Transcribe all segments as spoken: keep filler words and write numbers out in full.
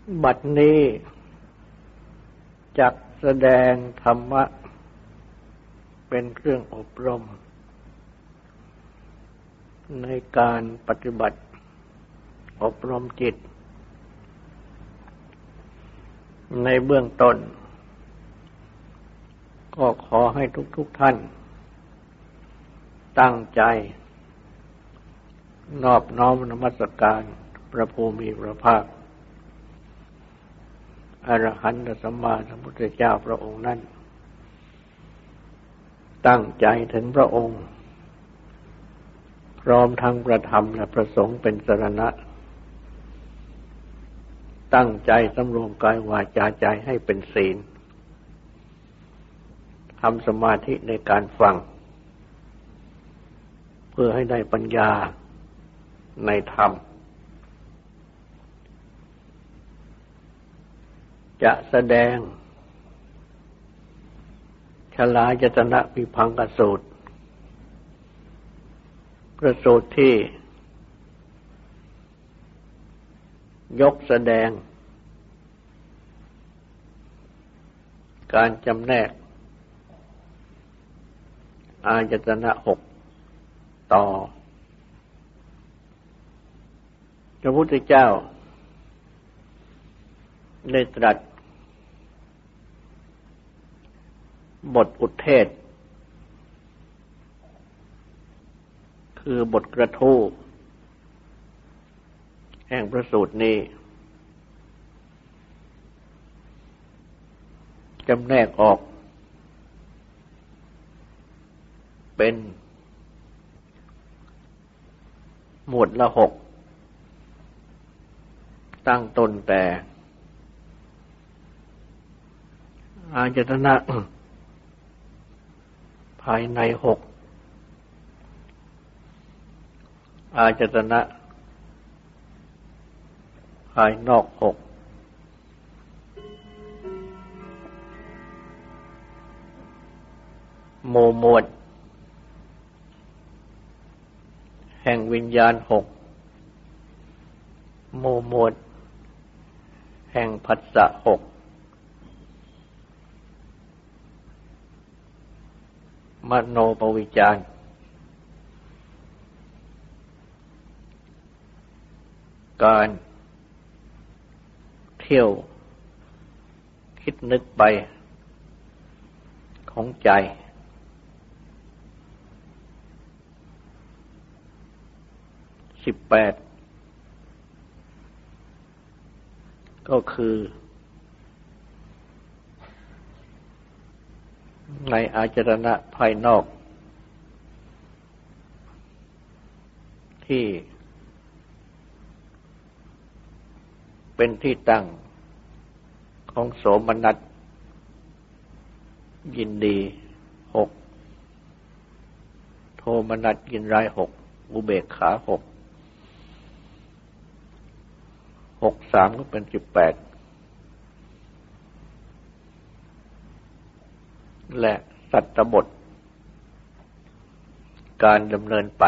บัดนี้จักแสดงธรรมะเป็นเครื่องอบรมในการปฏิบัติอบรมจิตในเบื้องต้นก็ขอให้ทุกๆท่านตั้งใจนอบน้อมนมัสการพระภูมิพระภาคอรหันตสัมมาสัมพุทธเจ้าพระองค์นั้นตั้งใจถึงพระองค์พร้อมทั้งประธรรมและประสงค์เป็นสรณะตั้งใจสำรวมกายวาจาใจให้เป็นศีลทำสมาธิในการฟังเพื่อให้ได้ปัญญาในธรรมจะแสดงชลายตนะวิภังคสูตรพระสูตรที่ยกแสดงการจำแนกอายตนะหกต่อพระพุทธเจ้าได้ตรัสบทอุทเทศคือบทกระทู้แห่งพระสูตรนี้จำแนกออกเป็นหมวดละหกตั้งต้นแต่อายตนะภายในหกอายตนะภายนอกหกหมู่หมวดแห่งวิญญาณหกหมู่หมวดแห่งผัสสะหกมโนปวิจารการเที่ยวคิดนึกไปของใจสิบแปดก็คือในอายตนะภายนอกที่เป็นที่ตั้งของโสมนัสยินดีหกโทมนัสยินร้ายหกอุเบกขาหกหกสามก็เป็นสิบแปดและสัตตบทการดำเนินไป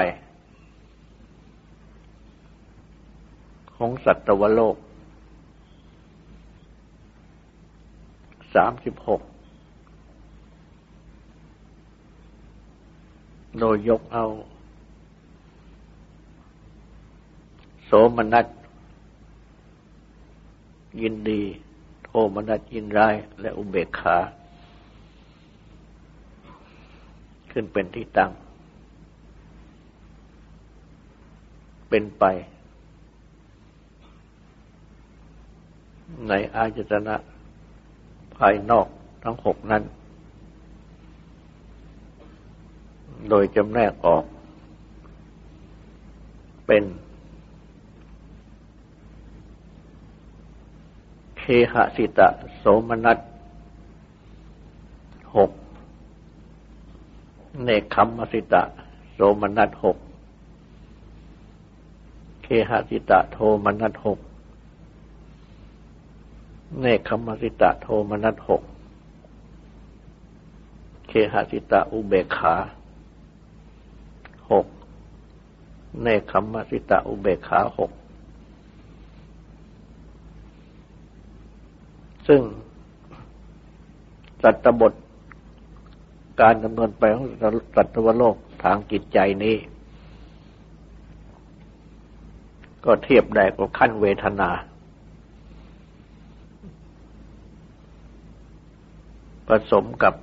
ของสัตวโลกสามสิบหกโดยยกเอาโสมนัสยินดีโทมนัสยินร้ายและอุเบกขาขึ้นเป็นที่ตั้งเป็นไปในอายตนะภายนอกทั้งหกนั้นโดยจำแนกออกเป็นเคหสิตะโสมนัสหกเนคขัมมสิตะโสมนัสหกเคหสิตะโทมนัสหกเนคขัมมสิตะโทมนัสหกเคหสิตะอุเบกขาหกเนคขัมมสิตะอุเบกขาหกซึ่งสัตตบทการดำเนินไปของสัตวโลกทางจิตใจนี้ก็เทียบได้กับขั้นเวทนาผสมกับ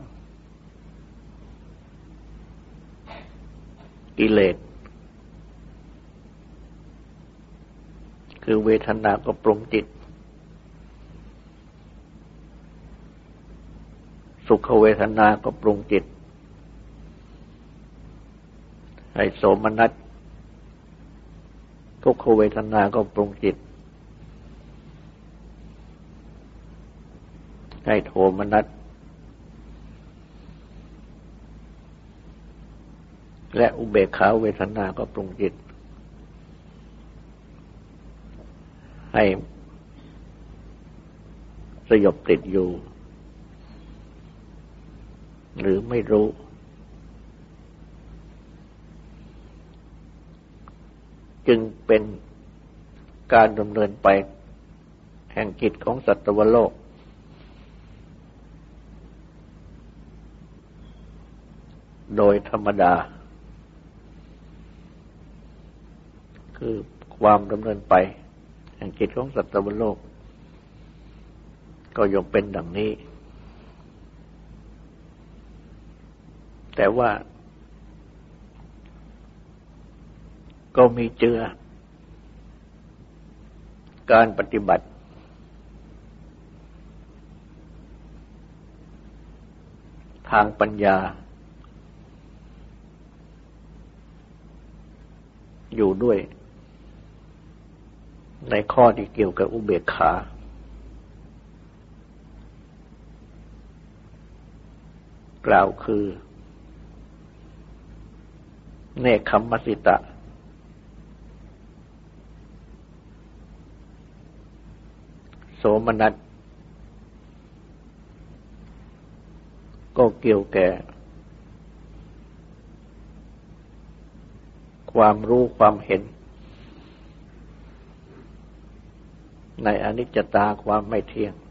กิเลสคือเวทนาก็ปรุงจิตสุขเวทนาก็ปรุงจิตให้โสมนัสทุกขเวทนาก็ปรุงจิตให้โทมนัสและอุเบกขาเวทนาก็ปรุงจิตให้สยบติดอยู่หรือไม่รู้จึงเป็นการดำเนินไปแห่งจิตของสัตวโลกโดยธรรมดาคือความดำเนินไปแห่งจิตของสัตวโลกก็ย่อมเป็นดังนี้แต่ว่าก็มีเจือการปฏิบัติทางปัญญาอยู่ด้วยในข้อที่เกี่ยวกับอุเบกขากล่าวคือเนคขัมมสิตะโสมนัสก็เกี่ยวแก่ความรู้ความเห็นในอนิจจตาความไม่เที่ยง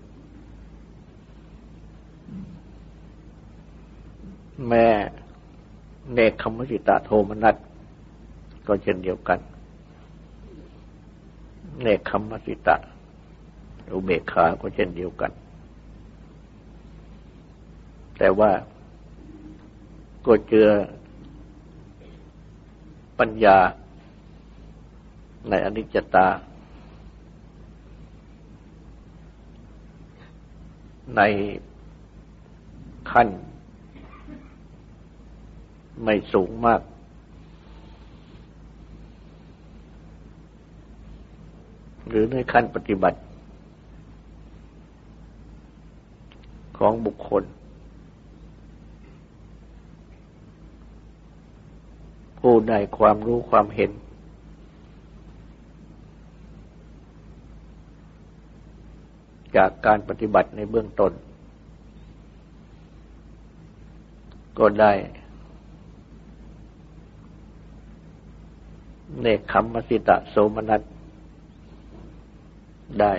แม้เนคขัมมสิตะโทมนัสก็เช่นเดียวกันเนคขัมมสิตะอุเบกขาก็เช่นเดียวกันแต่ว่าก็เจอปัญญาในอนิจจตาในขั้นไม่สูงมากหรือในขั้นปฏิบัติของบุคคลผู้ได้ความรู้ความเห็นจากการปฏิบัติในเบื้องต้นก็ได้เนคขัมมสิตะโสมนัสได้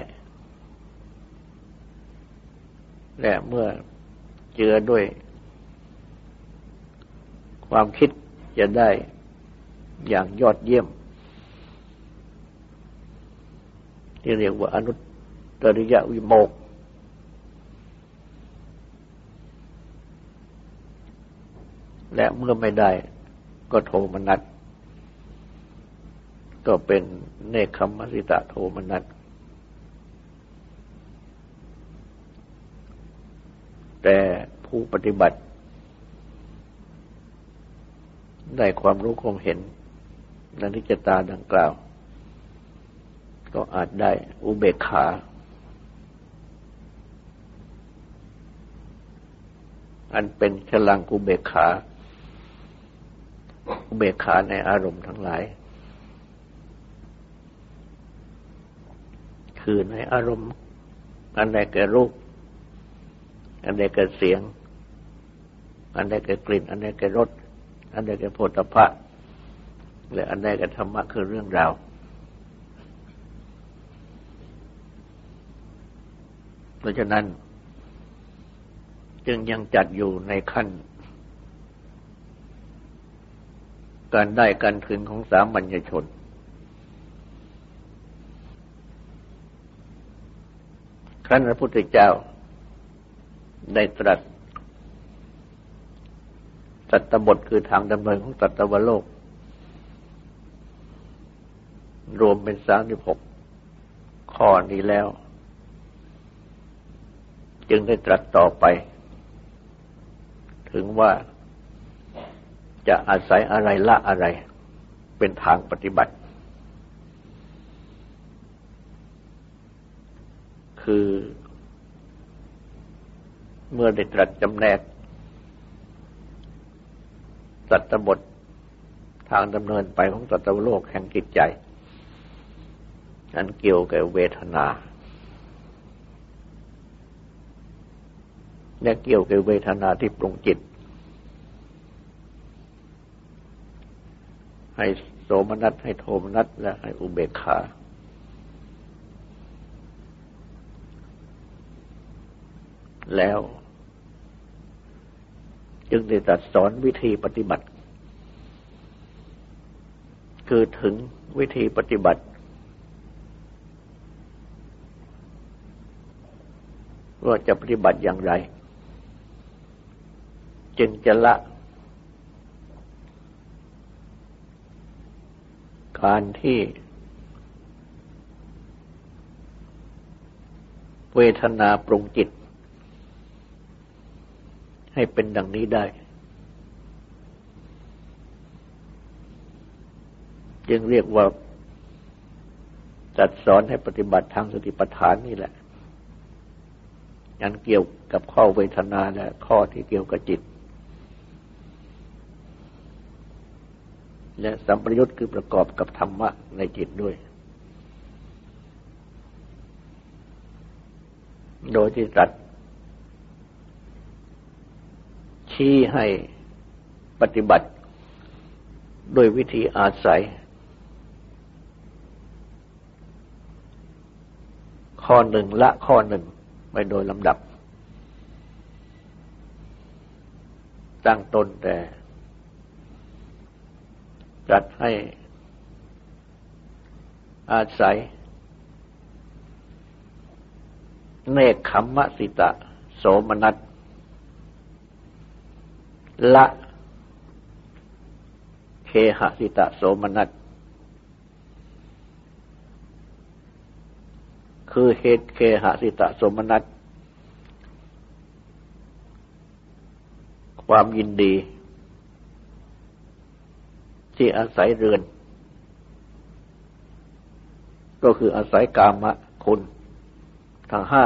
และเมื่อเจอด้วยความคิดจะได้อย่างยอดเยี่ยมที่เรียกว่าอนุตตริยวิโมกข์และเมื่อไม่ได้ก็โทมนัสก็เป็นเนคขัมมสิตะโทมนัสแต่ผู้ปฏิบัติได้ความรู้ความเห็นในอนิจจตาดังกล่าวก็อาจได้อุเบกขาอันเป็นฉลังอุเบกขาอุเบกขาในอารมณ์ทั้งหลายคือในอารมณ์อันใดแก่รูปอันใดแก่เสียงอันใดแก่กลิ่นอันใดแก่รสอันใดแก่โผฏฐัพพะและอันใดแก่ธรรมะคือเรื่องราวเพราะฉะนั้นจึงยังจัดอยู่ในขั้นการได้การถึงของสามัญชนครั้นพระพุทธเจ้าได้ตรัสสัตตบทคือทางดำเนินของสัตวโลกรวมเป็นสามสิบหกข้อนี้แล้วจึงได้ตรัสต่อไปถึงว่าจะอาศัยอะไรละอะไรเป็นทางปฏิบัติคือเมื่อได้ตรัสจำแนกสัตตบททางดำเนินไปของสัตวโลกแห่งจิตใจอันเกี่ยวกับเวทนาและเกี่ยวกับเวทนาที่ปรุงจิตให้โสมนัสให้โทมนัสและให้อุเบกขาแล้วจึงได้ตรัสสอนวิธีปฏิบัติคือถึงวิธีปฏิบัติว่าจะปฏิบัติอย่างไรจึงจะละการที่เวทนาปรุงจิตให้เป็นดังนี้ได้จึงเรียกว่าจัดสอนให้ปฏิบัติทางสติปัฏฐานนี่แหละอันเกี่ยวกับข้อเวทนาและข้อที่เกี่ยวกับจิตและสัมปยุตคือประกอบกับธรรมะในจิตด้วยโดยที่ตรัสชี้ให้ปฏิบัติโดยวิธีอาศัยข้อหนึ่งละข้อหนึ่งไปโดยลำดับตั้งต้นแต่จัดให้อาศัยเนกขัมมสิตะโสมนัสละเคหสิตะโสมนัสคือเหตุเคหสิตะโสมนัสความยินดีที่อาศัยเรือนก็คืออาศัยกามคุณทั้งห้า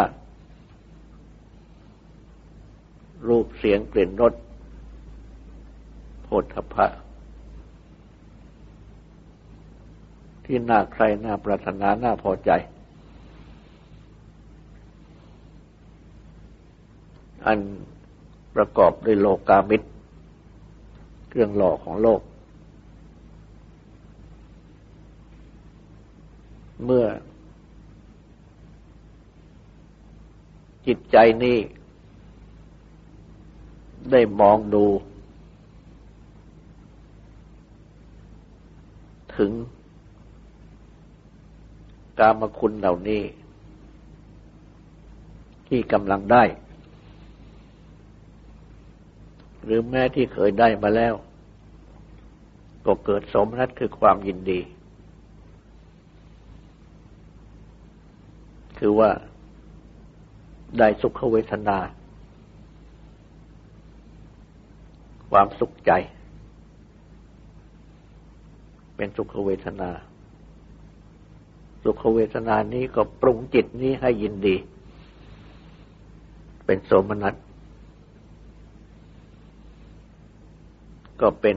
รูปเสียงกลิ่นรสโผฏฐัพพะที่น่าใคร่น่าปรารถนาน่าพอใจอันประกอบด้วยโลกามิตรเครื่องหล่อของโลกเมื่อจิตใจนี้ได้มองดูถึงกามคุณเหล่านี้ที่กำลังได้หรือแม้ที่เคยได้มาแล้วก็เกิดโสมนัสคือความยินดีคือว่าได้สุขเวทนาความสุขใจเป็นสุขเวทนาสุขเวทนานี้ก็ปรุงจิตนี้ให้ยินดีเป็นโสมนัสก็เป็น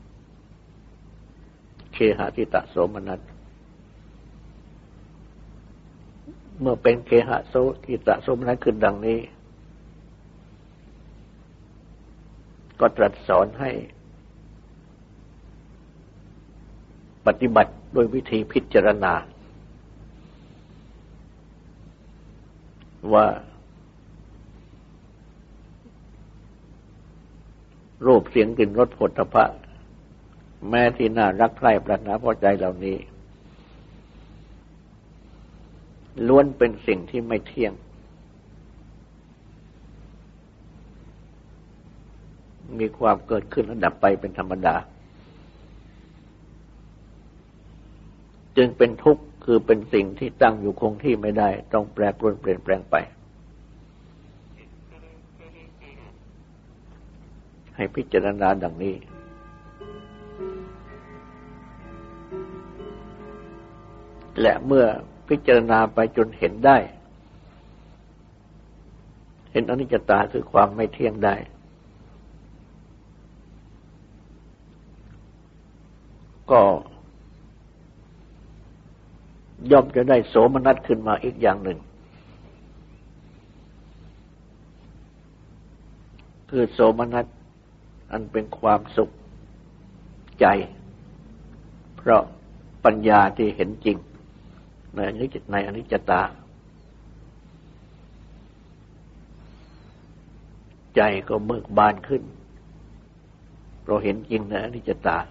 เคหสิตะโสมนัสเมื่อเป็นเคหโสติตะโสมนัสขึ้นดังนี้ก็ตรัสสอนให้ปฏิบัติโดยวิธีพิจารณาว่ารูปเสียงกลิ่นรสโผฏฐัพพะแม้ที่น่ารักใคร่ปรารถนาพอใจเหล่านี้ล้วนเป็นสิ่งที่ไม่เที่ยงมีความเกิดขึ้นและดับไปเป็นธรรมดาจึงเป็นทุกข์คือเป็นสิ่งที่ตั้งอยู่คงที่ไม่ได้ต้องแปรปรวนเปลี่ยนแปลงไปให้พิจารณาดังนี้และเมื่อพิจารณาไปจนเห็นได้เห็นอนิจจตาคือความไม่เที่ยงได้ก็ย่อมจะได้โสมนัสขึ้นมาอีกอย่างหนึ่งคือโสมนัสอันเป็นความสุขใจเพราะปัญญาที่เห็นจริงในอนิจจในอนิจจตาใจก็เบิกบานขึ้นเพราะเห็นจริงในอนิจจตา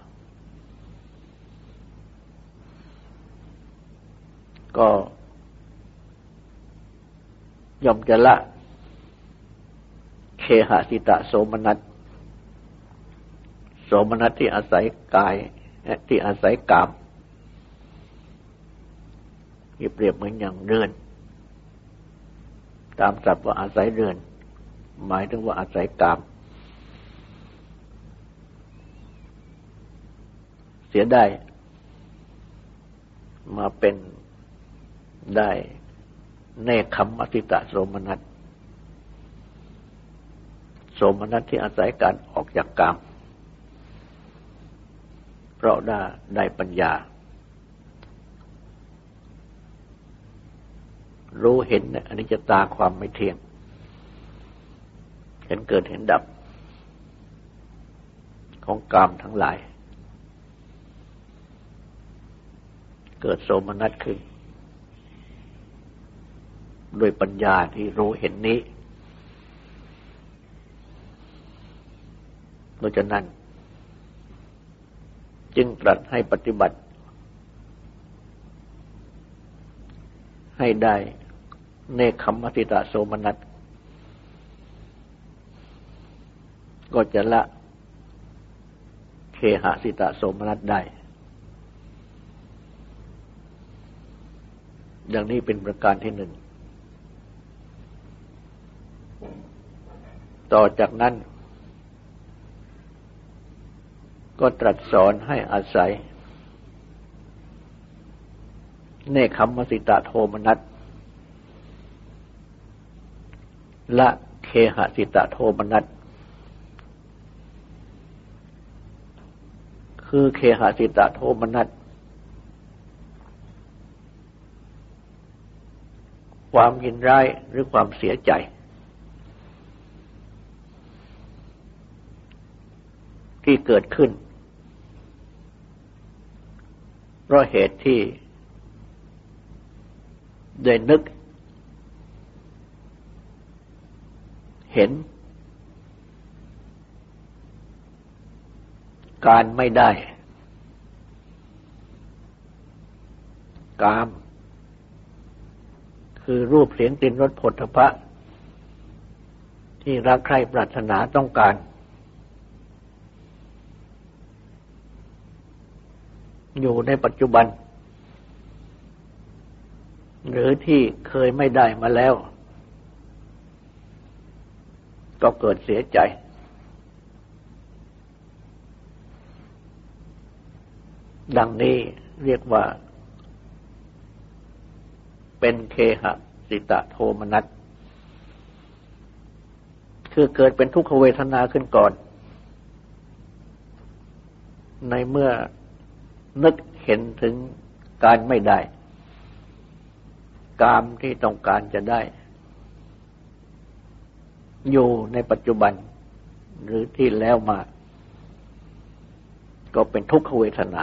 ก็ย่อมจะละเคหสิตะโสมนัสโสมนัสที่อาศัยกายที่อาศัยกามที่เปรียบเหมือนอย่างเรือนตามศัพท์ว่าอาศัยเรือนหมายถึงว่าอาศัยกามเสียได้มาเป็นได้เนคขมสิตะโสมนัสโสมนัสที่อาศัยการออกจากกามเพราะได้ได้ปัญญารู้เห็นอนิจจตาความไม่เที่ยงเห็นเกิดเห็นดับของกามทั้งหลายเกิดโสมนัสขึ้นด้วยปัญญาที่รู้เห็นนี้เพราะฉะนั้นจึงตรัสให้ปฏิบัติให้ได้เนคขมสิตะโสมนัสก็จะละเคหสิตะโสมนัสได้อย่างนี้เป็นประการที่หนึ่งต่อจากนั้นก็ตรัสสอนให้อาศัยเนคขมสิตะโทมนัสละเคหสิตะโทมนัสคือเคหสิตะโทมนัสความยินร้ายหรือความเสียใจที่เกิดขึ้นเพราะเหตุที่ได้นึกเห็นการไม่ได้กามคือรูปเสียงกลิ่นรสโผฏฐัพพะที่รักใคร่ปรารถนาต้องการอยู่ในปัจจุบันหรือที่เคยไม่ได้มาแล้วก็เกิดเสียใจดังนี้เรียกว่าเป็นเคหสิตะโทมนัสคือเกิดเป็นทุกขเวทนาขึ้นก่อนในเมื่อนึกเห็นถึงการไม่ได้กามที่ต้องการจะได้อยู่ในปัจจุบันหรือที่แล้วมาก็เป็นทุกขเวทนา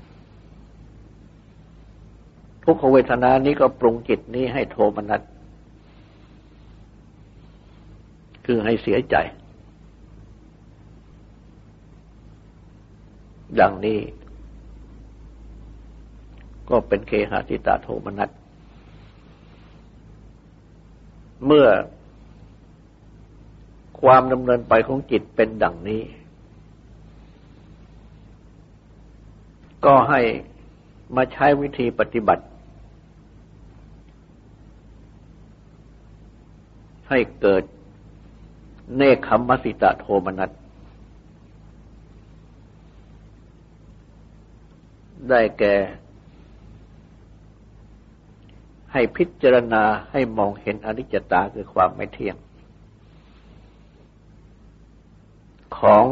ทุกขเวทนานี้ก็ปรุงจิตนี้ให้โทมนัสคือให้เสียใจดังนี้ก็เป็นเคหสิตาโทมนัสเมื่อความดำเนินไปของจิตเป็นดังนี้ก็ให้มาใช้วิธีปฏิบัติให้เกิดเนคขมัสสิตาโทมนัสได้แก่ให้พิจารณาให้มองเห็นอนิจจตาคือความไม่เที่ยงของ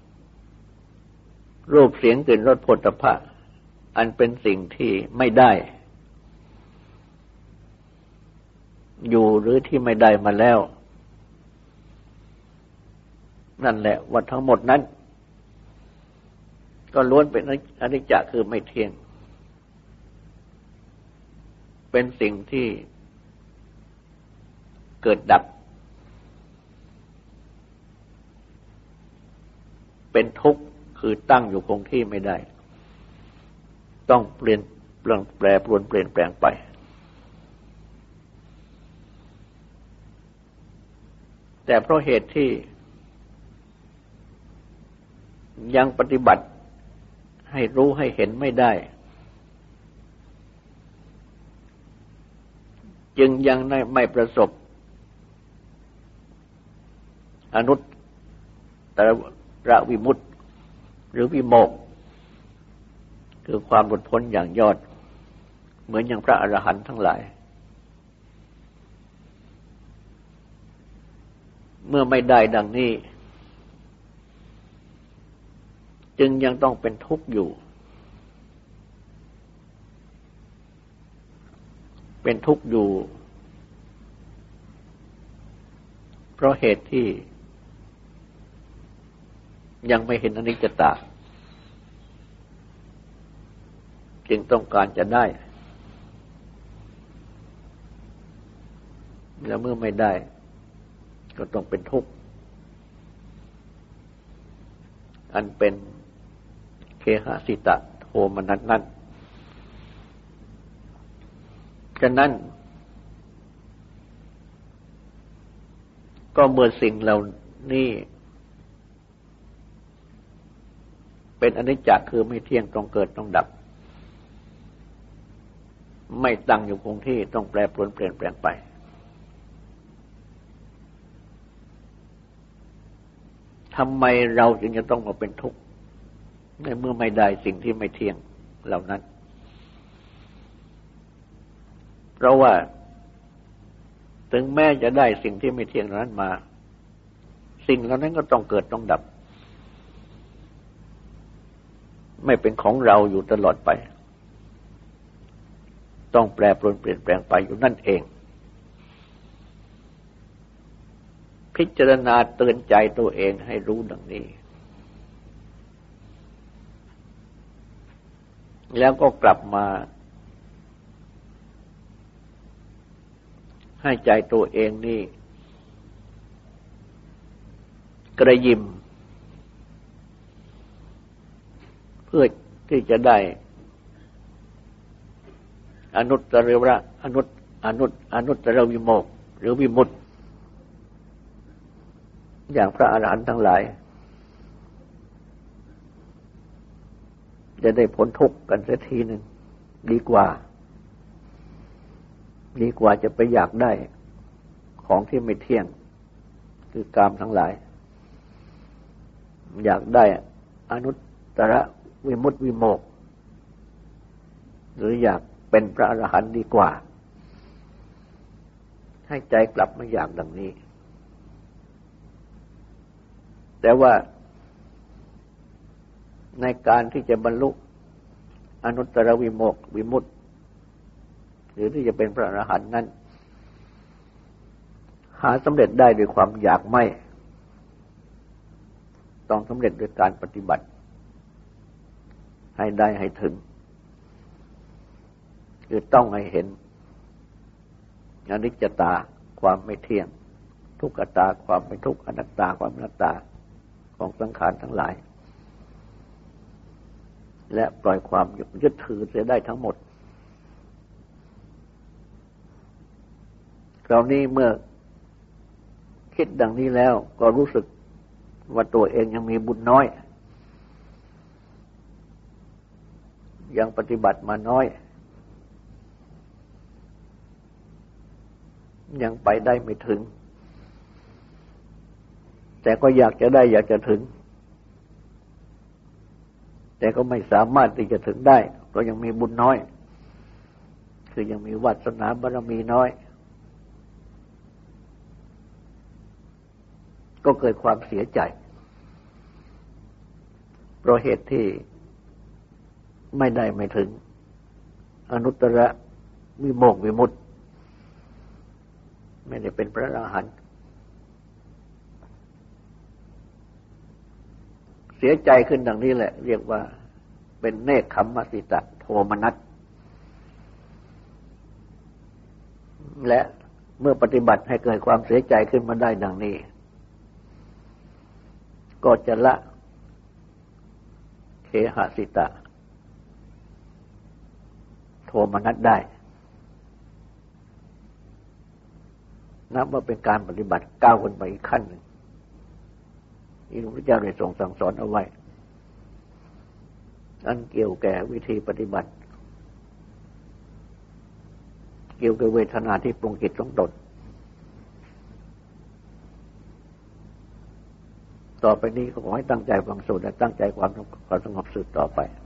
รูปเสียงกลิ่นรสโผฏฐัพพะอันเป็นสิ่งที่ไม่ได้อยู่หรือที่ไม่ได้มาแล้วนั่นแหละว่าทั้งหมดนั้นก็ล้วนเป็นอนิจจคือไม่เที่ยงเป็นสิ่งที่เกิดดับเป็นทุกข์คือตั้งอยู่คงที่ไม่ได้ต้องเปลี่ยนเปลี่ยนแปรปรวนเปลี่ยนแปลงไปแต่เพราะเหตุที่ยังปฏิบัติให้รู้ให้เห็นไม่ได้จึงยังไม่ประสบอนุตตรวิมุตติหรือวิโมกข์คือความหลุดพ้นอย่างยอดเหมือนอย่างพระอรหันต์ทั้งหลายเมื่อไม่ได้ดังนี้จึงยังต้องเป็นทุกข์อยู่เป็นทุกข์อยู่เพราะเหตุที่ยังไม่เห็นอนิจจตาจึงต้องการจะได้แล้วเมื่อไม่ได้ก็ต้องเป็นทุกข์อันเป็นเคหสิตาโทมนัสนั้นฉะนั้นก็เมื่อสิ่งเหล่านี้เป็นอนิจจคือไม่เที่ยงต้องเกิดต้องดับไม่ตั้งอยู่คงที่ต้องแปรปรวนเปลี่ยนแปลงไปทำไมเราจึงจะต้องมาเป็นทุกข์ในเมื่อไม่ได้สิ่งที่ไม่เที่ยงเหล่านั้นเพราะว่าถึงแม้จะได้สิ่งที่ไม่เที่ยงนั้นมาสิ่งเหล่านั้นก็ต้องเกิดต้องดับไม่เป็นของเราอยู่ตลอดไปต้องแปรปรวนเปลี่ยนแปลงไปอยู่นั่นเองพิจารณาเตือนใจตัวเองให้รู้ดังนี้แล้วก็กลับมาให้ใจตัวเองนี่กระยิมเพื่อที่จะได้อนุตตรระอนุตอนุตอนุตตรวิโมกข์หรือวิมุตติอย่างพระอรหันต์ทั้งหลายจะได้พ้นทุกข์กันเสียทีหนึ่งดีกว่าดีกว่าจะไปอยากได้ของที่ไม่เที่ยงคือกามทั้งหลายอยากได้อนุตตรวิมุตติวิโมกข์หรืออยากเป็นพระอรหันต์ดีกว่าให้ใจกลับมาอยากดังนี้แต่ว่าในการที่จะบรรลุอนุตตรวิโมกข์วิมุตติหรือที่จะเป็นพระอรหันต์นั้นหาสำเร็จได้ด้วยความอยากไม่ต้องสำเร็จด้วยการปฏิบัติให้ได้ให้ถึงคือต้องให้เห็นอนิจจตาความไม่เที่ยงทุกขตาความไม่ทุกข์อนัตตาความอนัตตาของสังขารทั้งหลายและปล่อยความยึดถือเสียได้ทั้งหมดคราวนี้เมื่อคิดดังนี้แล้วก็รู้สึกว่าตัวเองยังมีบุญน้อยยังปฏิบัติมาน้อยยังไปได้ไม่ถึงแต่ก็อยากจะได้อยากจะถึงแต่ก็ไม่สามารถที่จะถึงได้เพราะยังมีบุญน้อยคือยังมีวาสนาบารมีน้อยก็เกิดความเสียใจเพราะเหตุที่ไม่ได้ไม่ถึงอนุตตรวิโมกข์วิมุตติไม่ได้เป็นพระอรหันต์เสียใจขึ้นดังนี้แหละเรียกว่าเป็นเนกขัมมสิตะโทมนัสและเมื่อปฏิบัติให้เกิดความเสียใจขึ้นมาได้ดังนี้ก็จะละเคหสิตะโทมนัสได้นับว่าเป็นการปฏิบัติก้าวขึ้นไปอีกขั้นหนึ่งที่พระพุทธเจ้าได้ทรงสั่งสอนเอาไว้อันเกี่ยวแก่วิธีปฏิบัติเกี่ยวกับเวทนาที่ปรุงจิตของตนต่อไปนี้ก็ขอให้ตั้งใจฟังสูตรและตั้งใจความความสงบสืบต่อไป